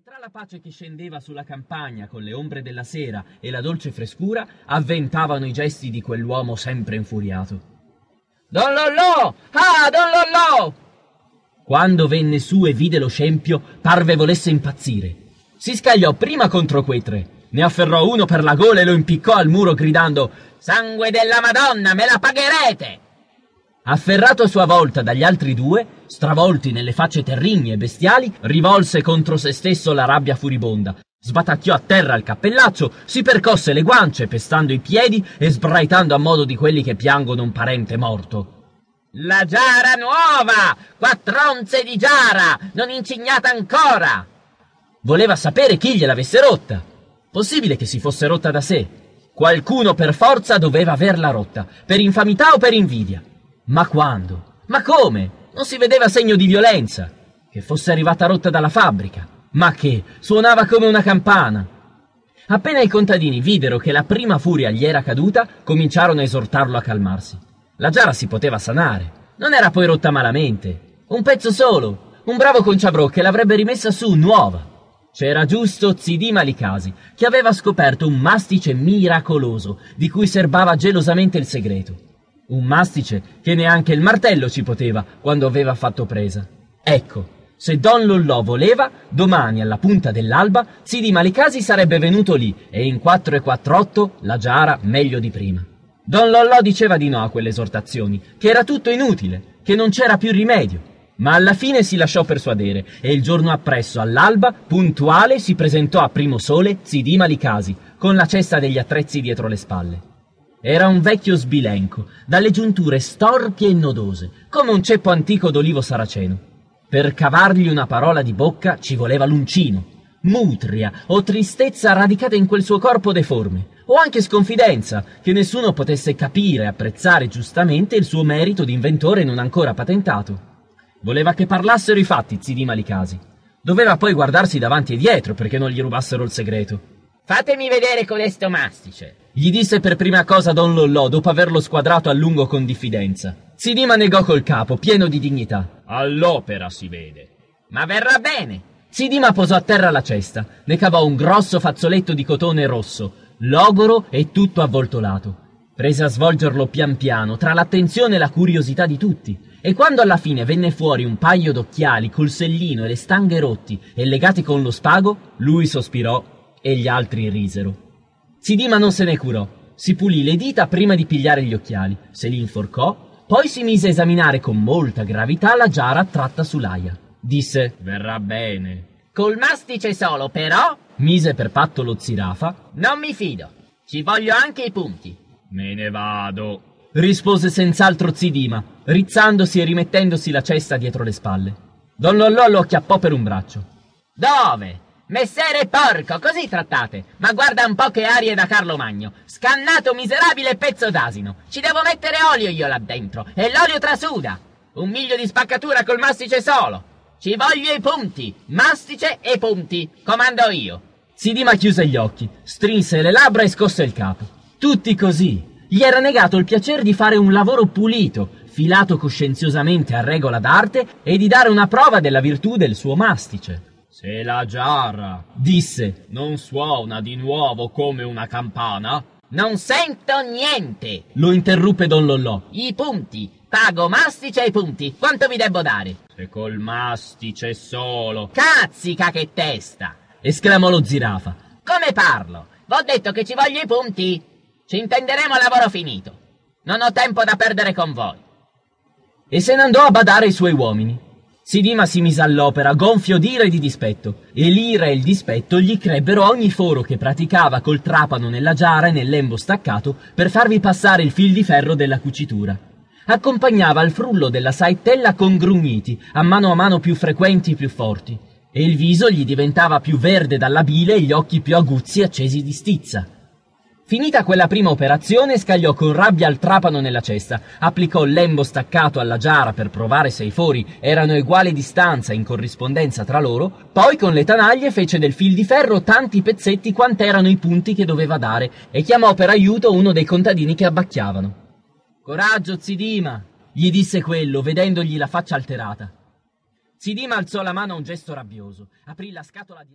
tra la pace che scendeva sulla campagna con le ombre della sera e la dolce frescura, avventavano i gesti di quell'uomo sempre infuriato. «Don Lollò! Ah, Don Lollò!» Quando venne su e vide lo scempio, parve volesse impazzire. Si scagliò prima contro quei tre, ne afferrò uno per la gola e lo impiccò al muro gridando «Sangue della Madonna, me la pagherete!» Afferrato a sua volta dagli altri due, stravolti nelle facce terrigne e bestiali, rivolse contro se stesso la rabbia furibonda, sbatacchiò a terra il cappellaccio, si percosse le guance, pestando i piedi e sbraitando a modo di quelli che piangono un parente morto. «La giara nuova! 4 onze di giara! Non incignata ancora!» Voleva sapere chi gliel'avesse rotta. Possibile che si fosse rotta da sé. Qualcuno per forza doveva averla rotta, per infamità o per invidia. Ma quando? Ma come? Non si vedeva segno di violenza. Che fosse arrivata rotta dalla fabbrica. Ma che? Suonava come una campana. Appena i contadini videro che la prima furia gli era caduta, cominciarono a esortarlo a calmarsi. La giara si poteva sanare. Non era poi rotta malamente. Un pezzo solo. Un bravo conciabrò che l'avrebbe rimessa su nuova. C'era giusto Zidima Licasi, che aveva scoperto un mastice miracoloso, di cui serbava gelosamente il segreto. Un mastice che neanche il martello ci poteva quando aveva fatto presa. Ecco, se Don Lollò voleva, domani alla punta dell'alba Zidima Licasi sarebbe venuto lì e in 4 e 4/8 la giara meglio di prima. Don Lollò diceva di no a quelle esortazioni, che era tutto inutile, che non c'era più rimedio. Ma alla fine si lasciò persuadere e il giorno appresso, all'alba, puntuale, si presentò a primo sole Zidima Licasi, con la cesta degli attrezzi dietro le spalle. Era un vecchio sbilenco, dalle giunture storpie e nodose, come un ceppo antico d'olivo saraceno. Per cavargli una parola di bocca ci voleva l'uncino, mutria o tristezza radicata in quel suo corpo deforme, o anche sconfidenza, che nessuno potesse capire e apprezzare giustamente il suo merito di inventore non ancora patentato. Voleva che parlassero i fatti Zidima Licasi. Doveva poi guardarsi davanti e dietro perché non gli rubassero il segreto. «Fatemi vedere codesto mastice», gli disse per prima cosa Don Lollò dopo averlo squadrato a lungo con diffidenza. Zidima negò col capo, pieno di dignità. «All'opera si vede». «Ma verrà bene». Zidima posò a terra la cesta, ne cavò un grosso fazzoletto di cotone rosso, logoro e tutto avvoltolato. Prese a svolgerlo pian piano, tra l'attenzione e la curiosità di tutti. E quando alla fine venne fuori un paio d'occhiali col sellino e le stanghe rotti e legati con lo spago, lui sospirò e gli altri risero. Zidima non se ne curò, si pulì le dita prima di pigliare gli occhiali, se li inforcò, poi si mise a esaminare con molta gravità la giara tratta sull'aia. Disse: «Verrà bene». «Col mastice solo, però», mise per patto lo zirafa, «non mi fido, ci voglio anche i punti». «Me ne vado», rispose senz'altro Zidima, rizzandosi e rimettendosi la cesta dietro le spalle. Don Lollò lo acchiappò per un braccio. «Dove? Messere porco, così trattate? Ma guarda un po' che arie da Carlo Magno, scannato miserabile pezzo d'asino. Ci devo mettere olio io là dentro, e l'olio trasuda. 1 miglio di spaccatura col mastice solo. Ci voglio i punti, mastice e punti, comando io». Zidima chiuse gli occhi, strinse le labbra e scosse il capo. Tutti così. Gli era negato il piacere di fare un lavoro pulito, filato coscienziosamente a regola d'arte e di dare una prova della virtù del suo mastice. «Se la giara», disse, «non suona di nuovo come una campana?» «Non sento niente», lo interruppe Don Lollò. «I punti, pago mastice e punti, quanto vi debbo dare?» «Se col mastice solo». «Cazzica che testa!» esclamò lo zirafa. «Come parlo? V'ho detto che ci voglio i punti. Ci intenderemo a lavoro finito. Non ho tempo da perdere con voi». E se ne andò a badare ai suoi uomini. Zidima si mise all'opera, gonfio d'ira e di dispetto, e l'ira e il dispetto gli crebbero ogni foro che praticava col trapano nella giara e nel lembo staccato per farvi passare il fil di ferro della cucitura. Accompagnava il frullo della saettella con grugniti, a mano più frequenti e più forti, e il viso gli diventava più verde dalla bile e gli occhi più aguzzi accesi di stizza. Finita quella prima operazione, scagliò con rabbia il trapano nella cesta, applicò il lembo staccato alla giara per provare se i fori erano a uguale distanza in corrispondenza tra loro, poi con le tanaglie fece del fil di ferro tanti pezzetti quant'erano i punti che doveva dare e chiamò per aiuto uno dei contadini che abbacchiavano. «Coraggio, Zidima!» gli disse quello, vedendogli la faccia alterata. Zidima alzò la mano a un gesto rabbioso, aprì la scatola di